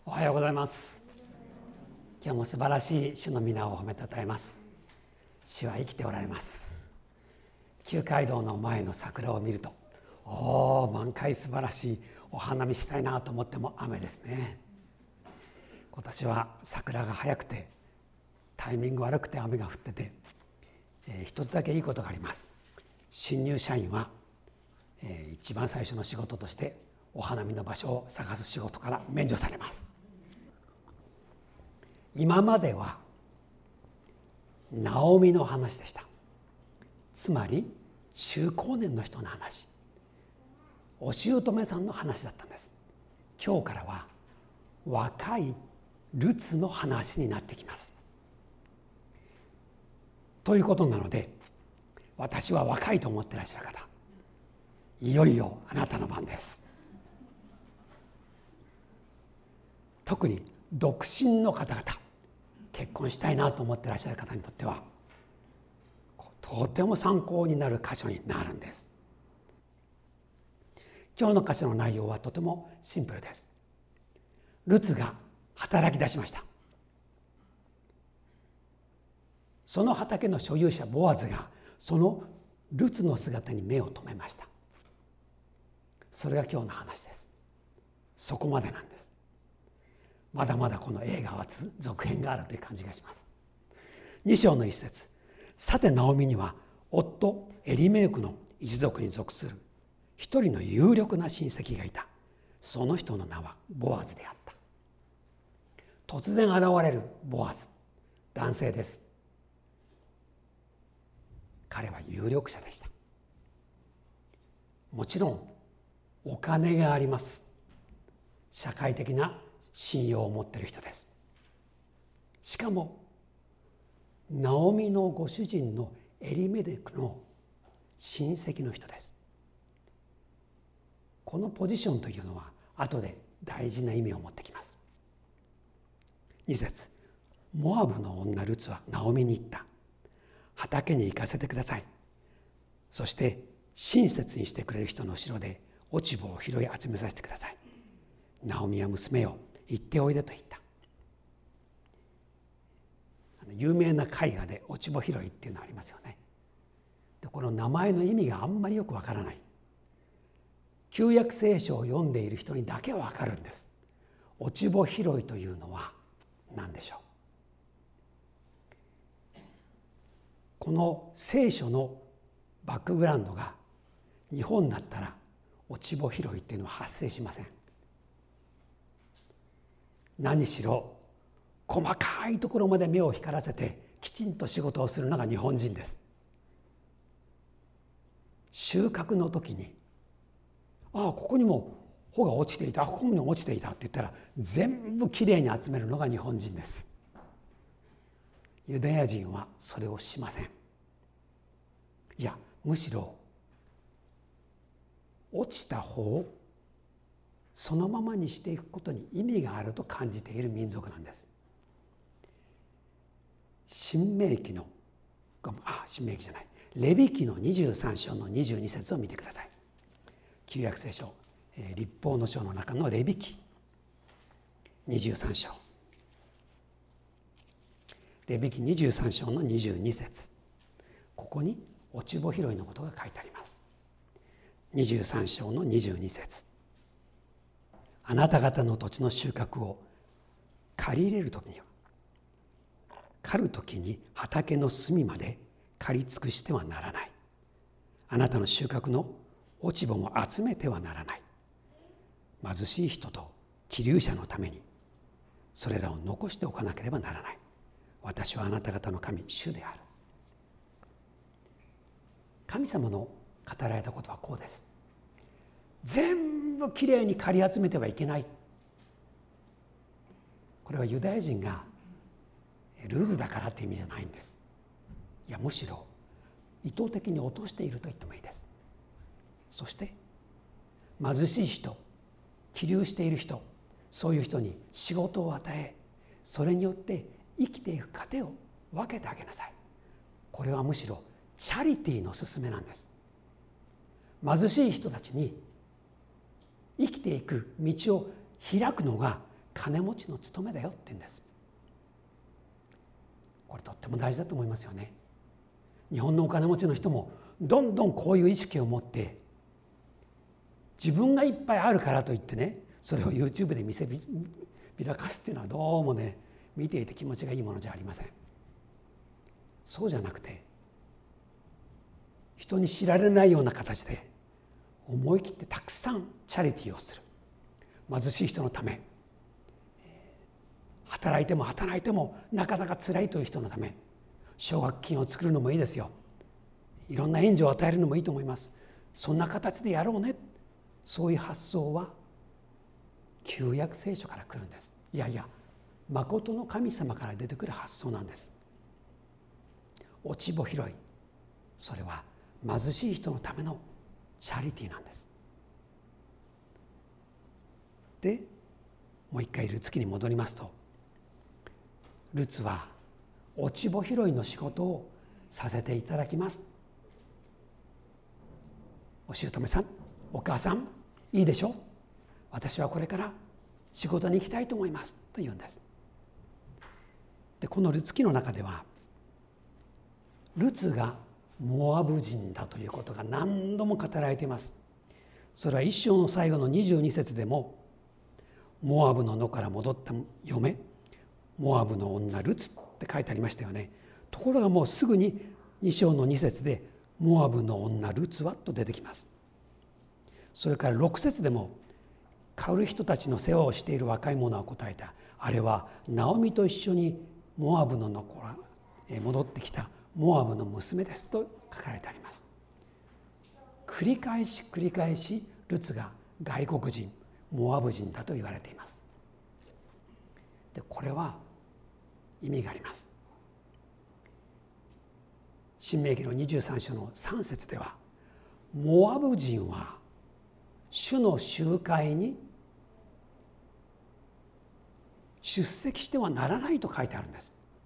おはようございます。今日も素晴らしい主の皆を褒めたたえます。主は生きておられます。旧街道の前の桜を見ると、満開素晴らしい、お花見したいなと思っても雨ですね。今年は桜が早くてタイミング悪くて雨が降ってて、一つだけいいことがあります。新入社員は、一番最初の仕事としてお花見の場所を探す仕事から免除されます。今まではナオミの話でした。つまり中高年の人の話、お姑さんの話だったんです。今日からは若いルツの話になってきます。ということなので、私は若いと思っていらっしゃる方、いよいよあなたの番です。特に独身の方々、結婚したいなと思っていらっしゃる方にとってはとても参考になる箇所になるんです。今日の箇所の内容はとてもシンプルです。ルツが働き出しました。その畑の所有者ボアズがそのルツの姿に目を留めました。それが今日の話です。そこまでなんです。まだまだこの映画は続編があるという感じがします。2章の一節、さてナオミには夫エリメルクの一族に属する一人の有力な親戚がいた。その人の名はボアズであった。突然現れるボアズ、男性です。彼は有力者でした。もちろんお金があります。社会的な信用を持っている人です。しかもナオミのご主人のエリメレクの親戚の人です。このポジションというのは後で大事な意味を持ってきます。2節、モアブの女ルツはナオミに言った。畑に行かせてください。そして親切にしてくれる人の後ろで落ち葉を拾い集めさせてください。ナオミは娘よ、行っておいでと言った。有名な絵画で落ち葉拾いっていうのありますよね。でこの名前の意味があんまりよくわからない。旧約聖書を読んでいる人にだけわかるんです。落ち葉拾いというのは何でしょう。この聖書のバックグラウンドが日本だったら落ち葉拾いっていうのは発生しません。何しろ細かいところまで目を光らせてきちんと仕事をするのが日本人です。収穫の時にここにも穂が落ちていた、ここにも落ちていたって言ったら全部きれいに集めるのが日本人です。ユダヤ人はそれをしません。いやむしろ落ちた穂をそのままにしていくことに意味があると感じている民族なんです。レビ記の23章の22節を見てください。旧約聖書、律法の書の中のレビ記23章。レビ記23章の22節。ここに落ち葉拾いのことが書いてあります。23章の22節。あなた方の土地の収穫を刈り入れるときには、刈るときに畑の隅まで刈り尽くしてはならない。あなたの収穫の落ち葉も集めてはならない。貧しい人と寄留者のためにそれらを残しておかなければならない。私はあなた方の神、主である。神様の語られたことはこうです。全部きれいに刈り集めてはいけない。これはユダヤ人がルーズだからという意味じゃないんです。いやむしろ意図的に落としていると言ってもいいです。そして貧しい人、寄留している人、そういう人に仕事を与え、それによって生きていく糧を分けてあげなさい。これはむしろチャリティーの勧めなんです。貧しい人たちに生きていく道を開くのが金持ちの務めだよって言うんです。これとっても大事だと思いますよね。日本のお金持ちの人もどんどんこういう意識を持って、自分がいっぱいあるからといってね、それを YouTube で見せびらかすっていうのはどうもね、見ていて気持ちがいいものじゃありません。そうじゃなくて、人に知られないような形で思い切ってたくさんチャリティーをする。貧しい人のため、働いても働いてもなかなか辛いという人のため、奨学金を作るのもいいですよ。いろんな援助を与えるのもいいと思います。そんな形でやろうね。そういう発想は旧約聖書から来るんです。いやいや、誠の神様から出てくる発想なんです。落ち穂拾い、それは貧しい人のためのチャリティーなんです。で、もう一回ルツ記に戻りますと、ルツは落ち穂拾いの仕事をさせていただきます。お姑さん、お母さん、いいでしょう、私はこれから仕事に行きたいと思いますと言うんです。で、このルツ記の中では、ルツがモアブ人だということが何度も語られています。それは一章の最後の22節でも、モアブの野から戻った嫁、モアブの女ルツって書いてありましたよね。ところがもうすぐに2章の2節でモアブの女ルツはと出てきます。それから6節でも、狩る人たちの世話をしている若い者は答えた。あれはナオミと一緒にモアブの野から戻ってきたモアブの娘ですと書かれてあります。繰り返し繰り返しルツが外国人、モアブ人だと言われています。で、これは意味があります。申命記の23章の3節では、モアブ人は主の集会に出席してはならないと書いてあるんです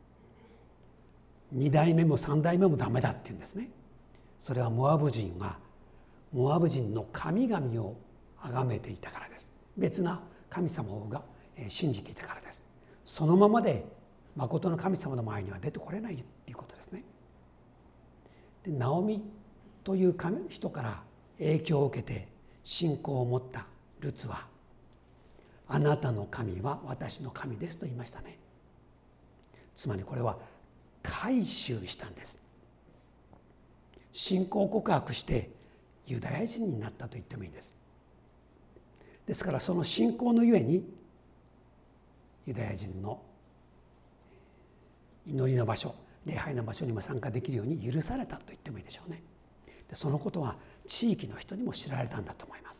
。2代目も3代目もダメだって言うんですね。それはモアブ人はモアブ人の神々を崇めていたからです。別な神様が信じていたからです。そのままで誠の神様の前には出てこれないっていうことですね。で、ナオミという人から影響を受けて信仰を持ったルツは、あなたの神は私の神ですと言いましたね。つまりこれは改宗したんです。信仰告白してユダヤ人になったと言ってもいいです。ですからその信仰のゆえにユダヤ人の祈りの場所、礼拝の場所にも参加できるように許されたと言ってもいいでしょうね。で、そのことは地域の人にも知られたんだと思います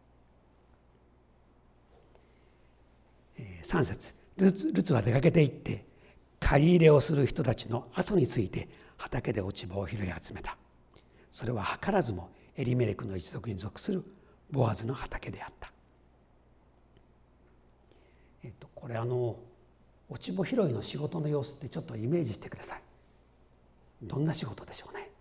。3節、ルツは出かけて行って借り入れをする人たちの後について畑で落ち葉を拾い集めた。それは図らずもエリメレクの一族に属するボアズの畑であった。これ落ち穂拾いの仕事の様子ってちょっとイメージしてください。どんな仕事でしょうね。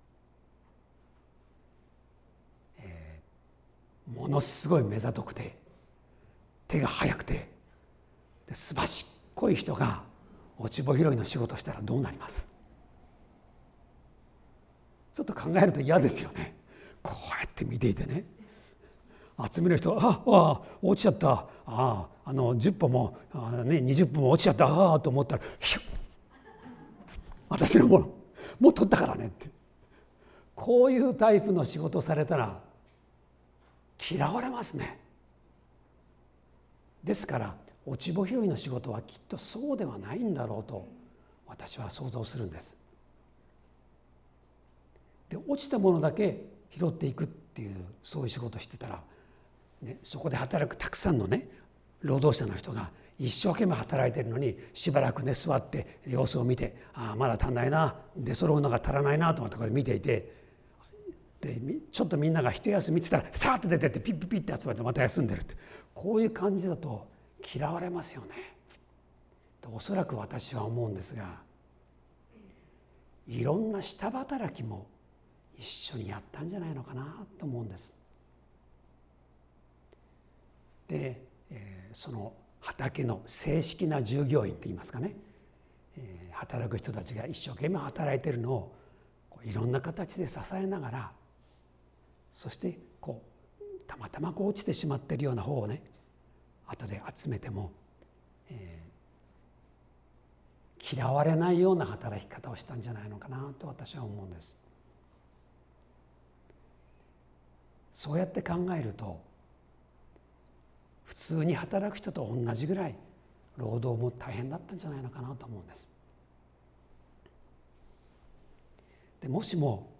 ものすごい目ざとくて手が速くてすばしっこい人が落ち穂拾いの仕事したらどうなります？ちょっと考えると嫌ですよね。こうやって見ていてね、集める人が落ちちゃった、10歩も20歩も落ちちゃったと思ったら、ヒュッ、私のものもう取ったからねって、こういうタイプの仕事されたら嫌われますね。ですから落ち穂拾いの仕事はきっとそうではないんだろうと私は想像するんです。で、落ちたものだけ拾っていくっていうそういう仕事をしてたら、そこで働くたくさんの労働者の人が一生懸命働いているのにしばらく座って様子を見て、まだ足んないな、出揃うのが足らないなと思ってこれ見ていて、でちょっとみんなが一休みって言ったらさーっと出てってピッピッピッって集まってまた休んでるって、こういう感じだと嫌われますよね。おそらく私は思うんですが、いろんな下働きも一緒にやったんじゃないのかなと思うんです。で、その畑の正式な従業員といいますかね、働く人たちが一生懸命働いているのをいろんな形で支えながら、そしてたまたま落ちてしまっているような方をね、後で集めても、嫌われないような働き方をしたんじゃないのかなと私は思うんです。そうやって考えると、普通に働く人と同じぐらい労働も大変だったんじゃないのかなと思うんです。でもしも、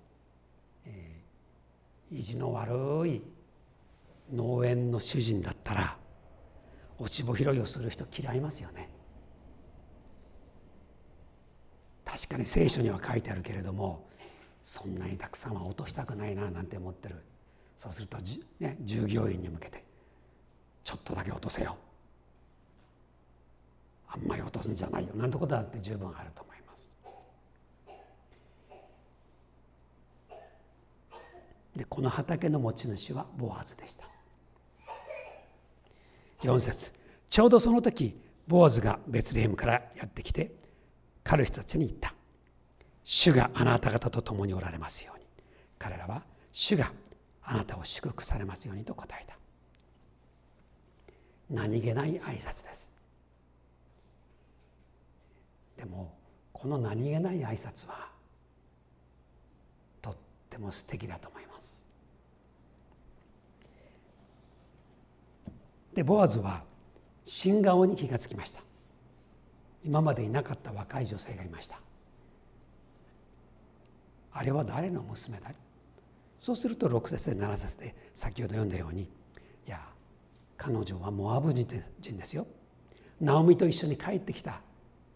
意地の悪い農園の主人だったら、落ち穂拾いをする人嫌いますよね。確かに聖書には書いてあるけれども、そんなにたくさんは落としたくないななんて思ってる。そうすると従業員に向けてちょっとだけ落とせよ、あんまり落とすんじゃないよなんてことだって十分あると思います。でこの畑の持ち主はボアズでした。4節、ちょうどその時ボアズがベツレヘムからやってきて、彼人たちに言った。主があなた方と共におられますように。彼らは主があなたを祝福されますようにと答えた。何気ない挨拶です。でもこの何気ない挨拶はとっても素敵だと思います。でボアズは新顔に気がつきました。今までいなかった若い女性がいました。あれは誰の娘だ。そうすると6節で7節で先ほど読んだように、いや彼女はモアブ人ですよ。ナオミと一緒に帰ってきた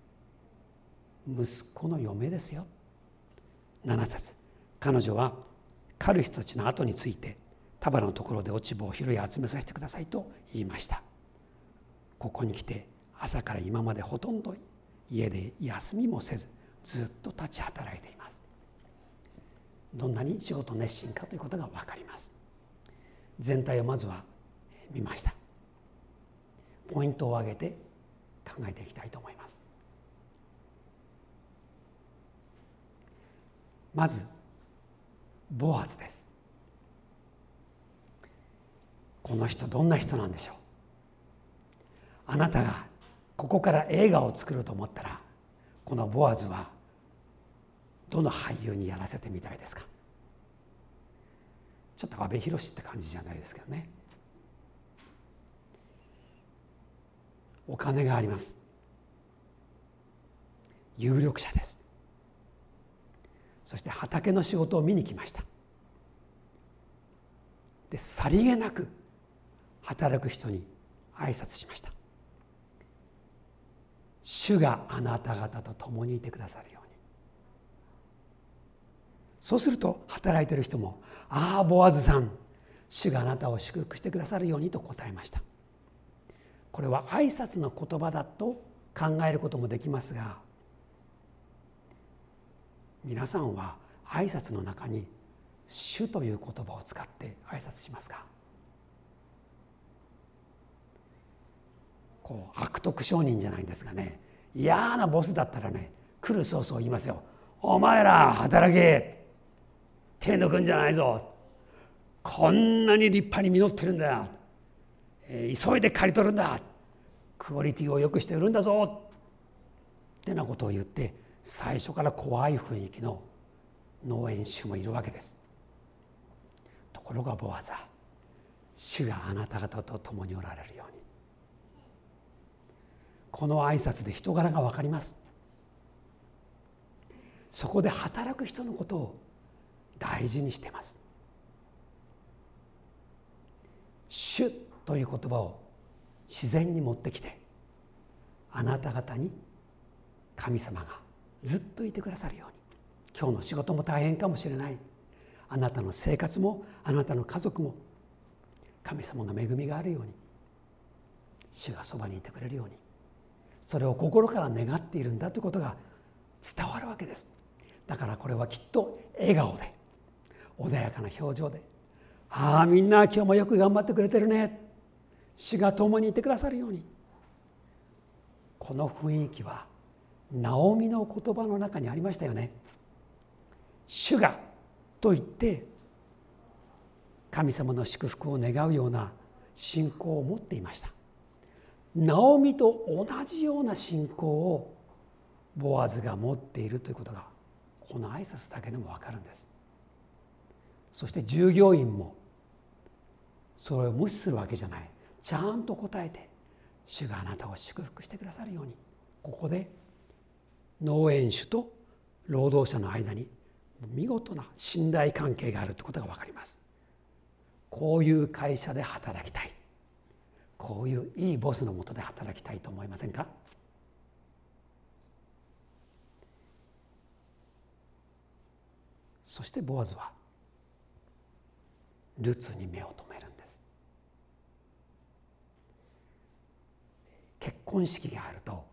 息子の嫁ですよ。7節、彼女は狩る人たちの後について田原のところで落ち葉を拾い集めさせてくださいと言いました。ここに来て朝から今までほとんど家で休みもせずずっと立ち働いています。どんなに仕事熱心かということが分かります。全体をまずは見ました。ポイントを挙げて考えていきたいと思います。まずボアズです。この人どんな人なんでしょう。あなたがここから映画を作ると思ったら、このボアズはどの俳優にやらせてみたいですか。ちょっと阿部寛って感じじゃないですけどね。お金があります。有力者です。そして畑の仕事を見に来ました。でさりげなく働く人に挨拶しました。主があなた方と共にいてくださるように。そうすると働いている人も、ああボアズさん、主があなたを祝福してくださるようにと答えました。これは挨拶の言葉だと考えることもできますが、皆さんは挨拶の中に主という言葉を使って挨拶しますか。悪徳商人じゃないんですがね、嫌なボスだったらね、来る早々言いますよ。お前ら働け、手抜くんじゃないぞ、こんなに立派に実ってるんだよ、急いで刈り取るんだ、クオリティを良くして売るんだぞってなことを言って、最初から怖い雰囲気の農園主もいるわけです。ところがボアズは、主があなた方と共におられるように。この挨拶で人柄が分かります。そこで働く人のことを大事にしています。主という言葉を自然に持ってきて、あなた方に神様がずっといてくださるように。今日の仕事も大変かもしれない。あなたの生活もあなたの家族も神様の恵みがあるように、主がそばにいてくれるように、それを心から願っているんだということが伝わるわけです。だからこれはきっと笑顔で穏やかな表情で、ああみんな今日もよく頑張ってくれてるね、主が共にいてくださるように、 この雰囲気はナオミの言葉の中にありましたよね。主がと言って神様の祝福を願うような信仰を持っていました。ナオミと同じような信仰をボアズが持っているということがこの挨拶だけでも分かるんです。そして従業員もそれを無視するわけじゃない。ちゃんと答えて、主があなたを祝福してくださるように。ここで農園主と労働者の間に見事な信頼関係があるということが分かります。こういう会社で働きたい、こういういいボスの下で働きたいと思いませんか？そしてボアズはルツに目を留めるんです。結婚式があると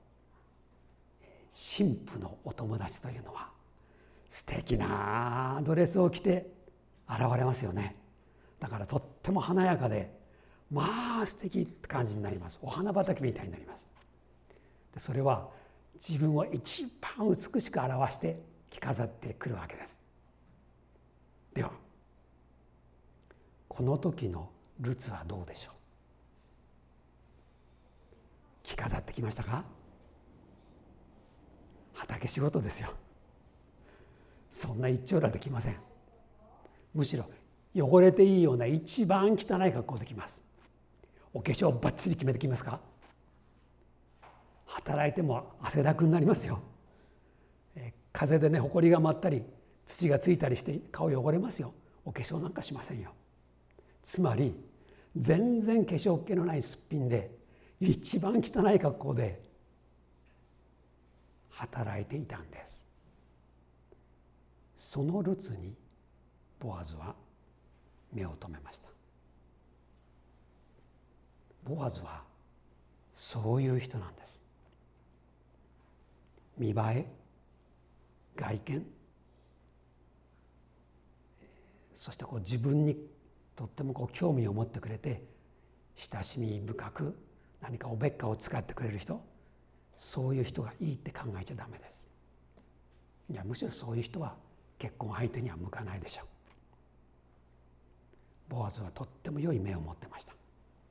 新婦のお友達というのは素敵なドレスを着て現れますよね。だからとっても華やかで、まあ素敵って感じになります。お花畑みたいになります。でそれは自分を一番美しく表して着飾ってくるわけです。ではこの時のルツはどうでしょう？着飾ってきましたか？畑仕事ですよ。そんな一張羅できません。むしろ汚れていいような一番汚い格好できます。お化粧をバッチリ決めてきますか？働いても汗だくになりますよ。風でね、ほこりが舞ったり土がついたりして顔汚れますよ。お化粧なんかしませんよ。つまり全然化粧っ気のないすっぴんで一番汚い格好で働いていたんです。そのルツにボアズは目を留めました。ボアズはそういう人なんです。見栄え、外見、そして自分にとっても興味を持ってくれて親しみ深く何かおべっかを使ってくれる人、そういう人がいいって考えちゃダメです。いや、むしろそういう人は結婚相手には向かないでしょう。ボアズはとっても良い目を持ってました。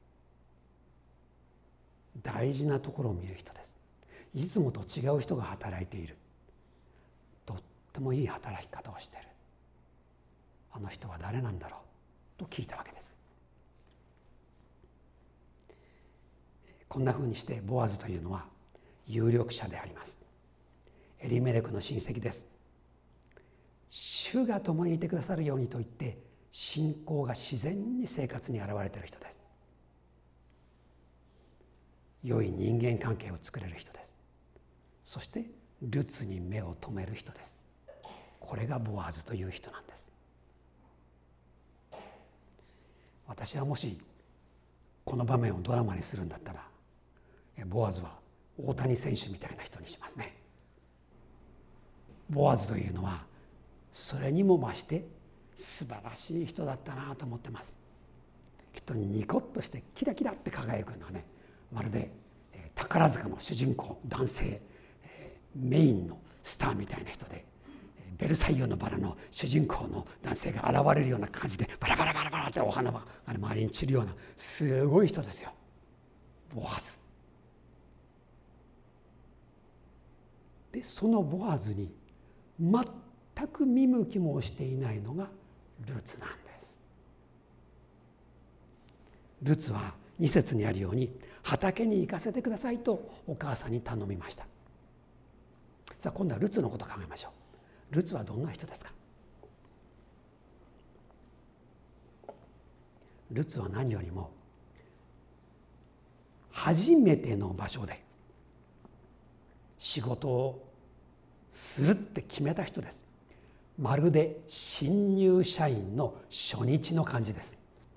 大事なところを見る人です。いつもと違う人が働いている。とってもいい働き方をしている。あの人は誰なんだろうと聞いたわけです。こんなふうにしてボアズというのは有力者であります。エリメレクの親戚です。主が共にいてくださるようにと言って信仰が自然に生活に現れている人です。良い人間関係を作れる人です。そしてルツに目を留める人です。これがボアズという人なんです。私はもしこの場面をドラマにするんだったら、ボアズは大谷選手みたいな人にしますね。ボアズというのはそれにも増して素晴らしい人だったなと思ってます。きっとニコッとしてキラキラって輝くのはね、まるで宝塚の主人公、男性メインのスターみたいな人で、ベルサイユのバラの主人公の男性が現れるような感じでバラバラバラバラってお花が周りに散るようなすごい人ですよ、ボアズ。でそのボアズに全く見向きもしていないのがルツなんです。ルツは2節にあるように畑に行かせてくださいとお母さんに頼みました。さあ今度はルツのことを考えましょう。ルツはどんな人ですか？ルツは何よりも初めての場所で仕事をするって決めた人です。まるで新入社員の初日の感じです。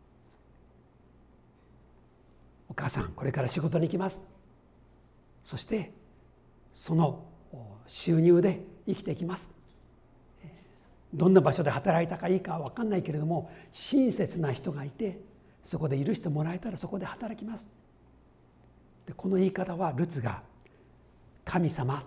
お母さん、これから仕事に行きます。そしてその収入で生きていきます。どんな場所で働いたかいいかは分かんないけれども、親切な人がいてそこで許してもらえたらそこで働きます。でこの言い方はルツが神様、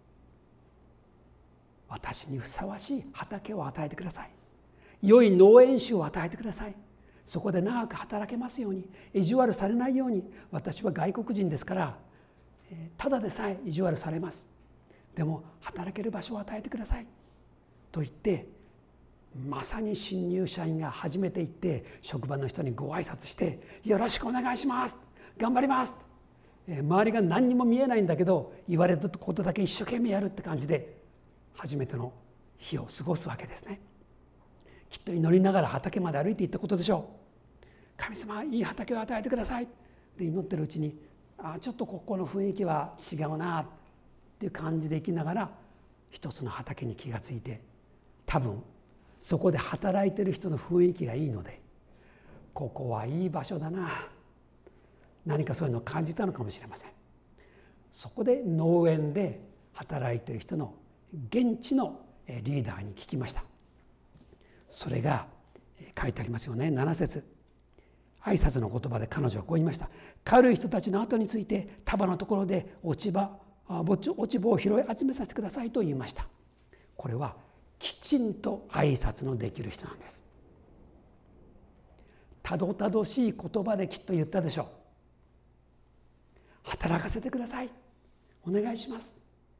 私にふさわしい畑を与えてください。良い農園主を与えてください。そこで長く働けますように、意地悪されないように。私は外国人ですから、ただでさえ意地悪されます。でも働ける場所を与えてくださいと言って、まさに新入社員が初めて行って職場の人にご挨拶して、よろしくお願いします、頑張ります、周りが何にも見えないんだけど言われたことだけ一生懸命やるって感じで初めての日を過ごすわけですね。きっと祈りながら畑まで歩いていったことでしょう。神様、いい畑を与えてくださいで祈ってるうちに、ちょっとここの雰囲気は違うなっていう感じで生きながら一つの畑に気がついて、多分そこで働いてる人の雰囲気がいいので、ここはいい場所だな、何かそういうのを感じたのかもしれません。そこで農園で働いてる人の現地のリーダーに聞きました。それが書いてありますよね。7節、挨拶の言葉で彼女はこう言いました。軽い人たちの後について束のところで落ち葉を拾い集めさせてくださいと言いました。これはきちんと挨拶のできる人なんです。たどたどしい言葉できっと言ったでしょう。働かせてください、お願いします。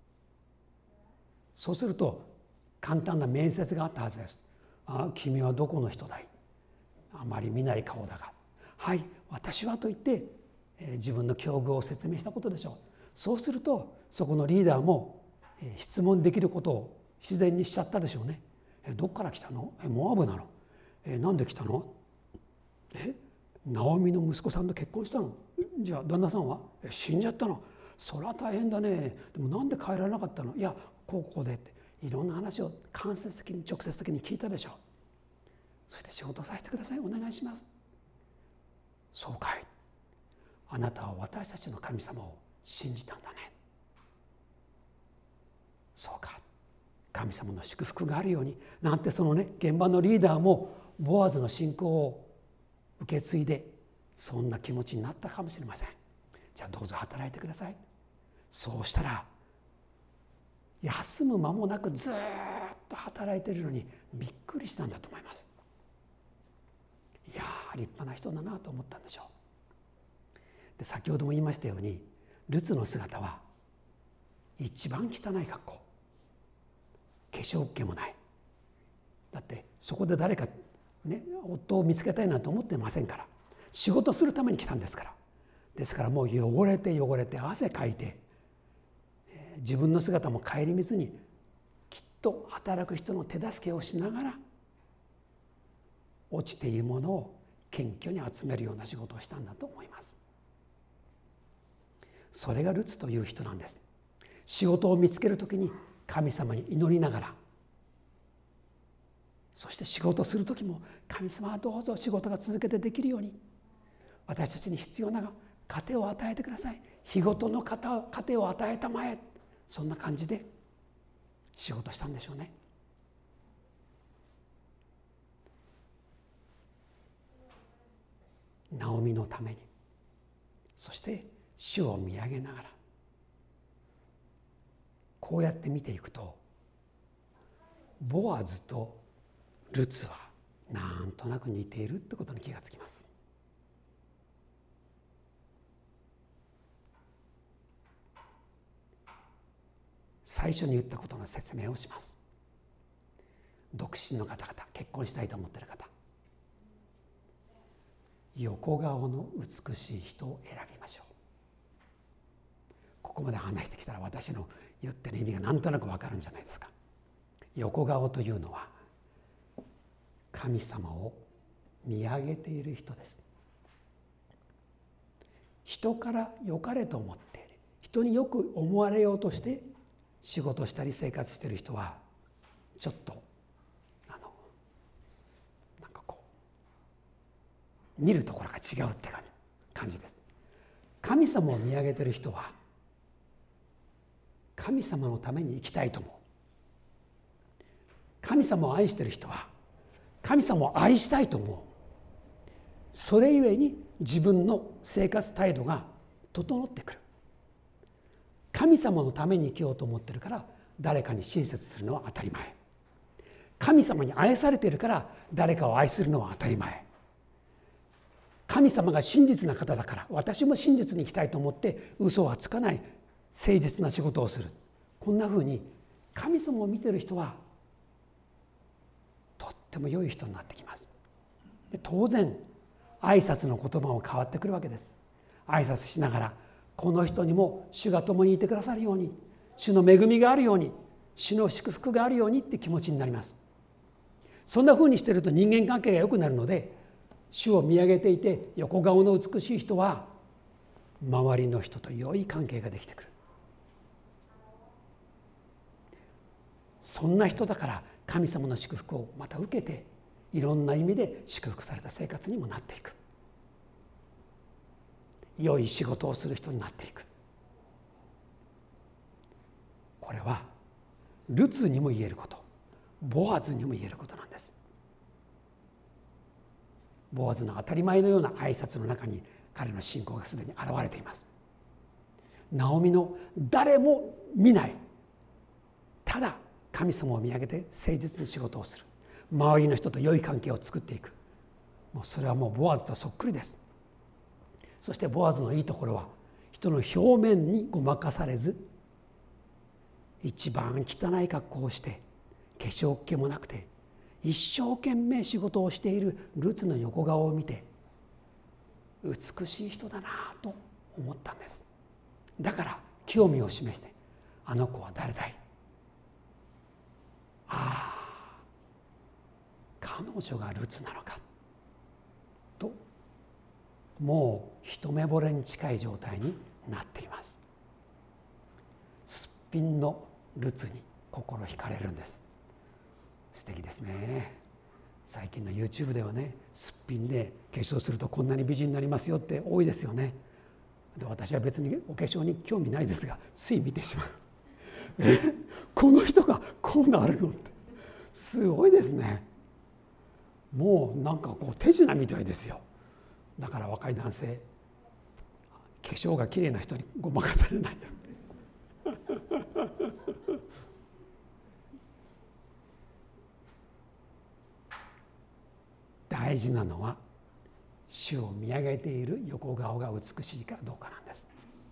そうすると簡単な面接があったはずです。君はどこの人だい、あまり見ない顔だが、はい私はと言って、自分の境遇を説明したことでしょう。そうするとそこのリーダーも、質問できることを自然にしちゃったでしょうね。どっから来たの？モアブなの？なんで来たの？ナオミの息子さんと結婚したの？じゃあ旦那さんは？死んじゃったの？それは大変だね。でもなんで帰られなかったの？いやこうでっていろんな話を間接的に直接的に聞いたでしょう。そして仕事させてください、お願いします。そうかい、あなたは私たちの神様を信じたんだね。そうか、神様の祝福があるようになんて、そのね現場のリーダーもボアズの信仰を受け継いでそんな気持ちになったかもしれません。じゃあどうぞ働いてください。そうしたら休む間もなくずっと働いているのにびっくりしたんだと思います。いやー立派な人だなと思ったんでしょう。で先ほども言いましたように、ルツの姿は一番汚い格好、化粧っ気もない。だってそこで誰かね夫を見つけたいなんて思ってませんから、仕事するために来たんですから。ですからもう汚れて汗かいて、自分の姿も顧みずにきっと働く人の手助けをしながら落ちているものを謙虚に集めるような仕事をしたんだと思います。それがルツという人なんです。仕事を見つけるときに神様に祈りながら、そして仕事するときも神様はどうぞ仕事が続けてできるように私たちに必要な糧を与えてください、日ごとの糧を与えたまえ、そんな感じで仕事したんでしょうね。ナオミのために、そして主を見上げながら、こうやって見ていくとボアズとルツはなんとなく似ているってことに気がつきます。最初に言ったことの説明をします。独身の方々、結婚したいと思っている方、横顔の美しい人を選びましょう。ここまで話してきたら私の言ってる意味がなんとなく分かるんじゃないですか。横顔というのは神様を見上げている人です。人から良かれと思っている、人によく思われようとして仕事したり生活している人はちょっとなんかこう見るところが違うって感じです。神様を見上げている人は神様のために生きたいと思う。神様を愛している人は神様を愛したいと思う。それゆえに自分の生活態度が整ってくる。 神様のために生きようと思ってるから誰かに親切するのは当たり前。神様に愛されているから誰かを愛するのは当たり前。神様が真実な方だから私も真実に生きたいと思って嘘はつかない誠実な仕事をする。こんなふうに神様を見ている人はとっても良い人になってきます。で当然挨拶の言葉も変わってくるわけです。挨拶しながらこの人にも主が共にいてくださるように、主の恵みがあるように、主の祝福があるようにって気持ちになります。そんなふうにしていると人間関係が良くなるので、主を見上げていて横顔の美しい人は周りの人と良い関係ができてくる。そんな人だから神様の祝福をまた受けて、いろんな意味で祝福された生活にもなっていく。良い仕事をする人になっていく。これはルツにも言えること、ボアズにも言えることなんです。ボアズの当たり前のような挨拶の中に彼の信仰がすでに現れています。ナオミの誰も見ない、ただ神様を見上げて誠実に仕事をする、周りの人と良い関係を作っていく、もうそれはもうボアズとそっくりです。そしてボアズのいいところは、人の表面にごまかされず、一番汚い格好をして化粧っ気もなくて一生懸命仕事をしているルツの横顔を見て、美しい人だなと思ったんです。だから興味を示して、あの子は誰だい、ああ彼女がルツなのかと、もう一目惚れに近い状態になっています。すっぴんのルツに心惹かれるんです。素敵ですね。最近の YouTube ではね、すっぴんで化粧するとこんなに美人になりますよって多いですよね。で私は別にお化粧に興味ないですが、つい見てしまう。この人がこうなるのってすごいですね。もうなんかこう手品みたいですよ。だから若い男性、化粧がきれいな人にごまかされないよ。大事なのは主を見上げている横顔が美しいかどうかなんです。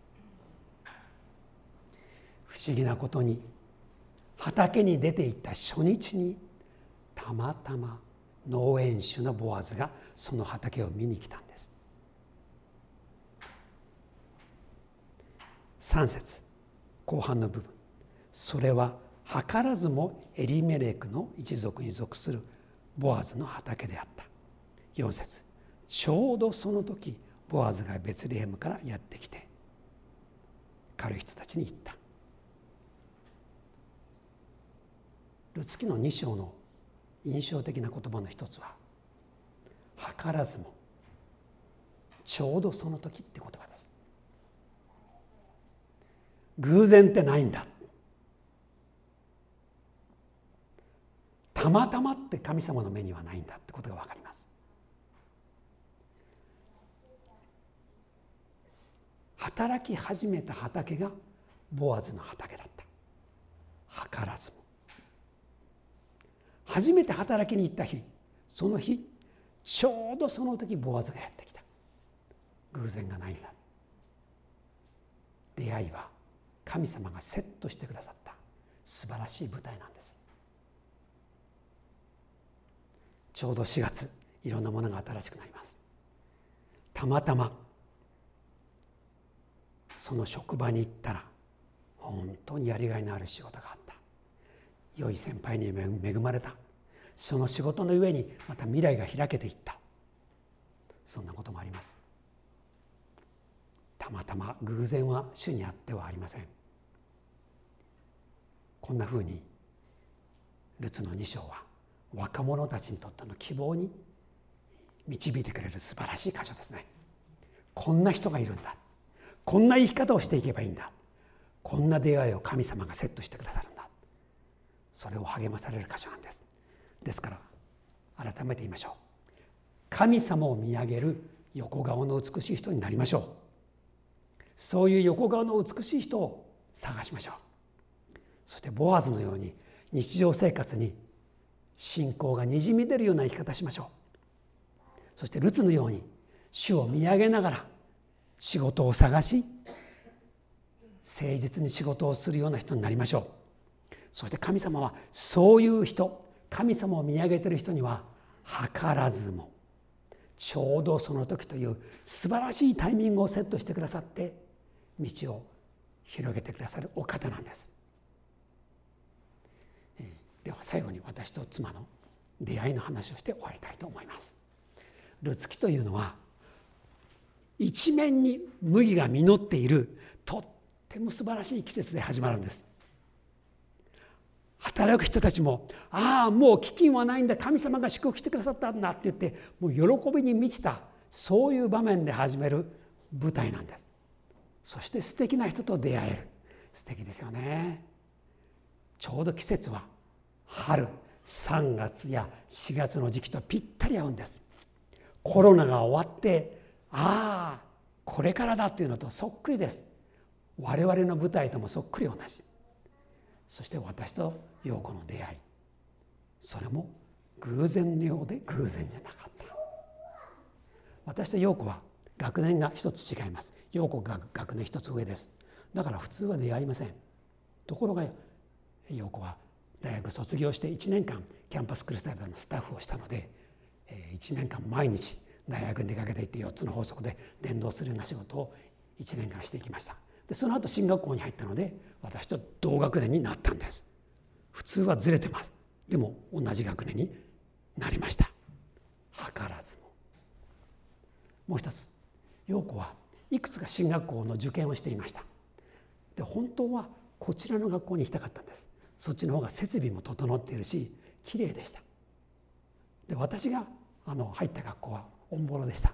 不思議なことに、畑に出て行った初日にたまたま農園主のボアズがその畑を見に来たんです。3節後半の部分、それは図らずもエリメレクの一族に属するボアズの畑であった。4節ちょうどその時ボアズがベツレヘムからやってきて狩る人たちに言った。ルツ記の2章の印象的な言葉の一つは、図らずもちょうどその時って言葉です。偶然ってないんだ、たまたまって神様の目にはないんだってことが分かります。働き始めた畑がボアズの畑だった。図らずも。初めて働きに行った日、その日ちょうどその時ボアズがやってきた。偶然がないんだ。出会いは神様がセットしてくださった素晴らしい舞台なんです。ちょうど4月、いろんなものが新しくなります。たまたまその職場に行ったら本当にやりがいのある仕事があった。良い先輩に恵まれた。その仕事の上にまた未来が開けていった。そんなこともあります。たまたま偶然は主にあってはありません。こんなふうにルツの2章は若者たちにとっての希望に導いてくれる素晴らしい箇所ですね。こんな人がいるんだ、こんな生き方をしていけばいいんだ、こんな出会いを神様がセットしてくださるんだ、それを励まされる箇所なんです。ですから改めて言いましょう。神様を見上げる横顔の美しい人になりましょう。そういう横顔の美しい人を探しましょう。そしてボアズのように日常生活に信仰がにじみ出るような生き方しましょう。そしてルツのように主を見上げながら仕事を探し、誠実に仕事をするような人になりましょう。そして神様はそういう人、神様を見上げている人には図らずもちょうどその時という素晴らしいタイミングをセットしてくださって道を広げてくださるお方なんです。では最後に私と妻の出会いの話をして終わりたいと思います。ルツキというのは一面に麦が実っているとっても素晴らしい季節で始まるんです。働く人たちもああもう飢饉はないんだ、神様が祝福してくださったんだって言ってもう喜びに満ちたそういう場面で始める舞台なんです。そして素敵な人と出会える。素敵ですよね。ちょうど季節は春3月や4月の時期とぴったり合うんです。コロナが終わってああこれからだっていうのとそっくりです。我々の舞台ともそっくり同じ。そして私と陽子の出会い、それも偶然のようで偶然じゃなかった。私と陽子は学年が一つ違います。陽子が学年一つ上です。だから普通は出会いません。ところが陽子は大学卒業して1年間キャンパスクルサイダーのスタッフをしたので、1年間毎日大学に出かけていって4つの法則で伝道するような仕事を1年間していきました。でその後進学校に入ったので私と同学年になったんです。普通はずれてます。でも同じ学年になりました。図らずも。もう一つ、陽子はいくつか進学校の受験をしていました。で本当はこちらの学校に行きたかったんです。そっちの方が設備も整っているしきれいでした。で私が入った学校はオンボロでした。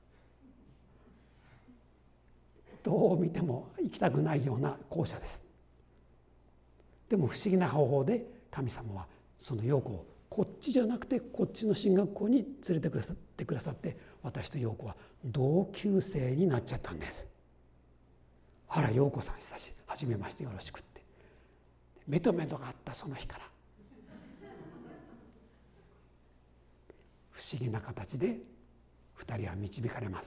どう見ても行きたくないような校舎です。でも不思議な方法で神様はその陽子をこっちじゃなくてこっちの進学校に連れてくださって私と陽子は同級生になっちゃったんです。あら陽子さんはじめましてよろしくって目と目とがあったその日から不思議な形で2人は導かれます。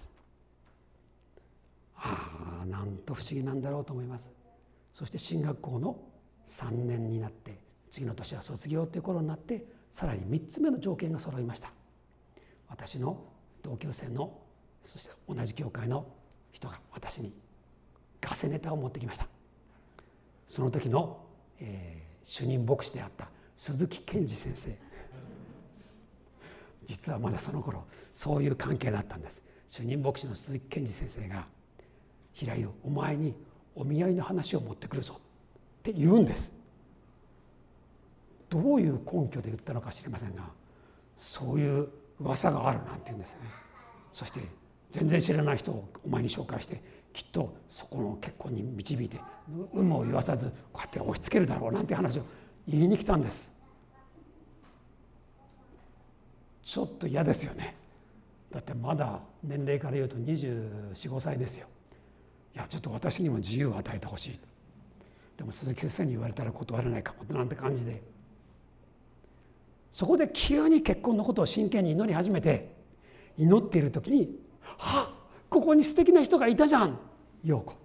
ああなんと不思議なんだろうと思います。そして進学校の3年になって次の年は卒業という頃になってさらに3つ目の条件が揃いました。私の同級生のそして同じ教会の人が私にガセネタを持ってきました。その時の、主任牧師であった鈴木健二先生、実はまだその頃そういう関係だったんです。主任牧師の鈴木健二先生が平井お前にお見合いの話を持ってくるぞって言うんです。どういう根拠で言ったのか知りませんがそういう噂があるなんて言うんですね。そして全然知らない人をお前に紹介してきっとそこの結婚に導いて有無を言わさずこうやって押し付けるだろうなんて話を言いに来たんです。ちょっと嫌ですよね。だってまだ年齢から言うと24、5歳ですよ。いやちょっと私にも自由を与えてほしい。でも鈴木先生に言われたら断れないかもなんて感じでそこで急に結婚のことを真剣に祈り始めて祈っている時にここに素敵な人がいたじゃん陽子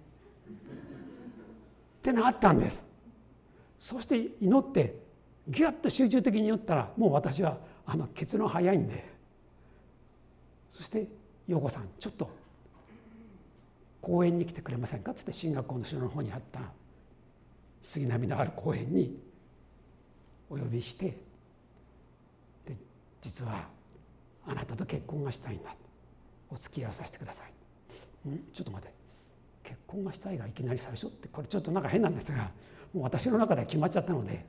ってなったんです。そして祈ってギュッと集中的に祈ったらもう私は結論早いんでそして陽子さんちょっと公園に来てくれませんかっつって進学校の後ろの方にあった杉並のある公園にお呼びしてで実はあなたと結婚がしたいんだお付き合いをさせてください。ちょっと待って結婚がしたいがいきなり最初ってこれちょっとなんか変なんですがもう私の中では決まっちゃったので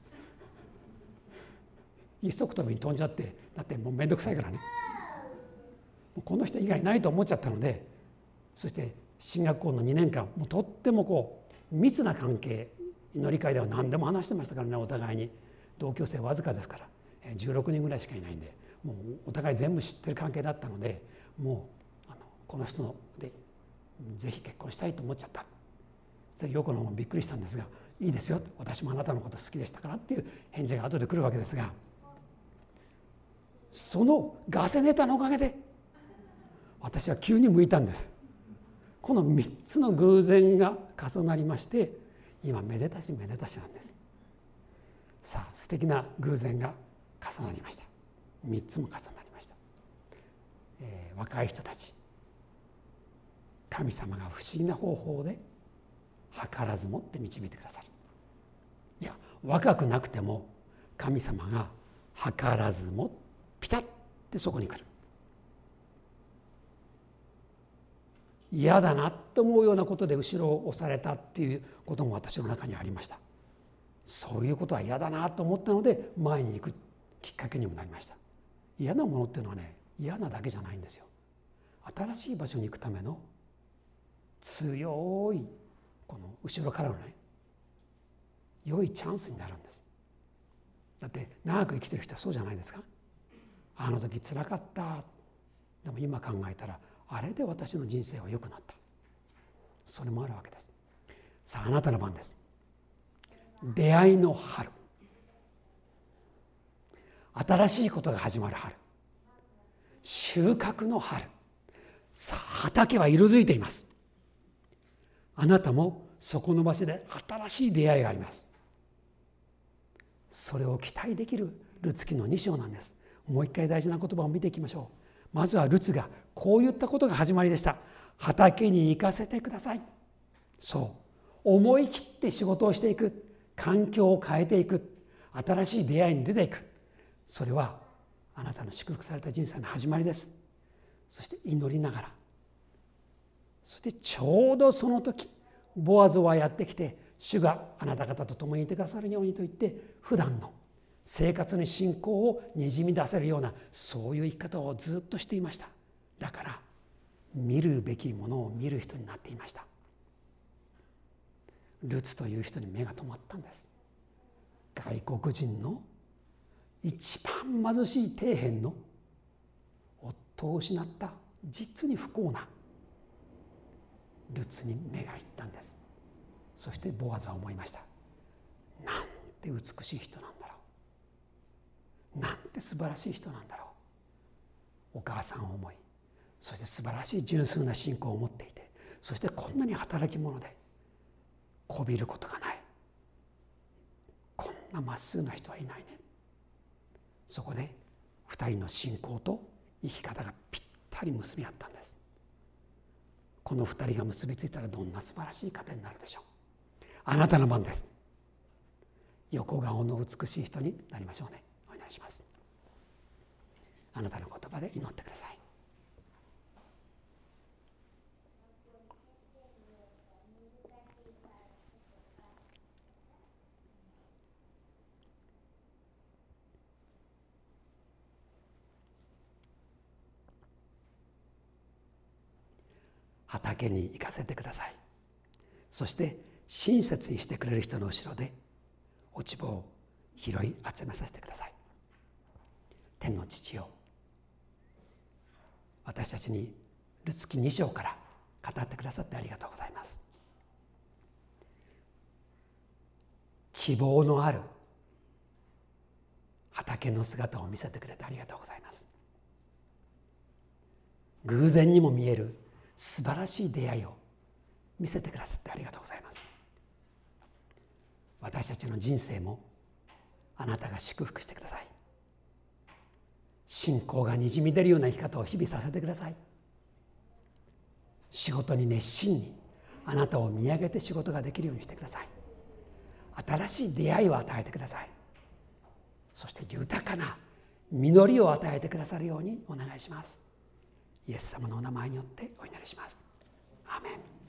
一足飛びに飛んじゃってだってもう面倒くさいからねもうこの人以外ないと思っちゃったのでそして進学校の2年間もうとっても密な関係祈り会では何でも話してましたからねお互いに同級生わずかですから16人ぐらいしかいないんでもうお互い全部知ってる関係だったのでもうこの人でぜひ結婚したいと思っちゃった。 それ横の方もびっくりしたんですが、いいですよ、私もあなたのこと好きでしたからっていう返事が後で来るわけですが、そのガセネタのおかげで私は急に向いたんです。この3つの偶然が重なりまして、今めでたしめでたしなんです。さあ素敵な偶然が重なりました。3つも重なりました。若い人たち、神様が不思議な方法で図らずもって導いてくださる。いや、若くなくても神様が図らずもピタッてそこに来る。嫌だなと思うようなことで後ろを押されたっていうことも私の中にありました。そういうことは嫌だなと思ったので前に行くきっかけにもなりました。嫌なものっていうのはね、嫌なだけじゃないんですよ。新しい場所に行くための強いこの後ろからのね、良いチャンスになるんです。だって長く生きてる人はそうじゃないですか。あの時つらかった、でも今考えたらあれで私の人生は良くなった、それもあるわけです。さあ、あなたの番です。出会いの春、新しいことが始まる春、収穫の春。さあ畑は色づいています。あなたもそこの場所で新しい出会いがあります。それを期待できるルツ記の2章なんです。もう一回大事な言葉を見ていきましょう。まずはルツがこう言ったことが始まりでした。畑に行かせてください。そう思い切って仕事をしていく、環境を変えていく、新しい出会いに出ていく、それはあなたの祝福された人生の始まりです。そして祈りながら、そしてちょうどその時ボアズはやってきて、主があなた方と共にいてくださるようにと言って、普段の生活に信仰をにじみ出せるような、そういう生き方をずっとしていました。だから見るべきものを見る人になっていました。ルツという人に目が留まったんです。外国人の一番貧しい底辺の夫を失った実に不幸なルツに目がいったんです。そしてボアズは思いました。なんて美しい人なんだろう、なんて素晴らしい人なんだろう。お母さんを思い、そして素晴らしい純粋な信仰を持っていて、そしてこんなに働き者でこびることがない、こんなまっすぐな人はいないね。そこで2人の信仰と生き方がぴったり結び合ったんです。この2人が結びついたらどんな素晴らしい家庭になるでしょう。あなたの番です。横顔の美しい人になりましょうね。お願いします。あなたの言葉で祈ってください。畑に行かせてください。そして親切にしてくれる人の後ろで落ち葉を拾い集めさせてください。天の父よ、私たちにルツ記2章から語ってくださってありがとうございます。希望のある畑の姿を見せてくれてありがとうございます。偶然にも見える素晴らしい出会いを見せてくださってありがとうございます。私たちの人生もあなたが祝福してください。信仰がにじみ出るような生き方を日々させてください。仕事に熱心にあなたを見上げて仕事ができるようにしてください。新しい出会いを与えてください。そして豊かな実りを与えてくださるようにお願いします。イエス様のお名前によってお祈りします。アーメン。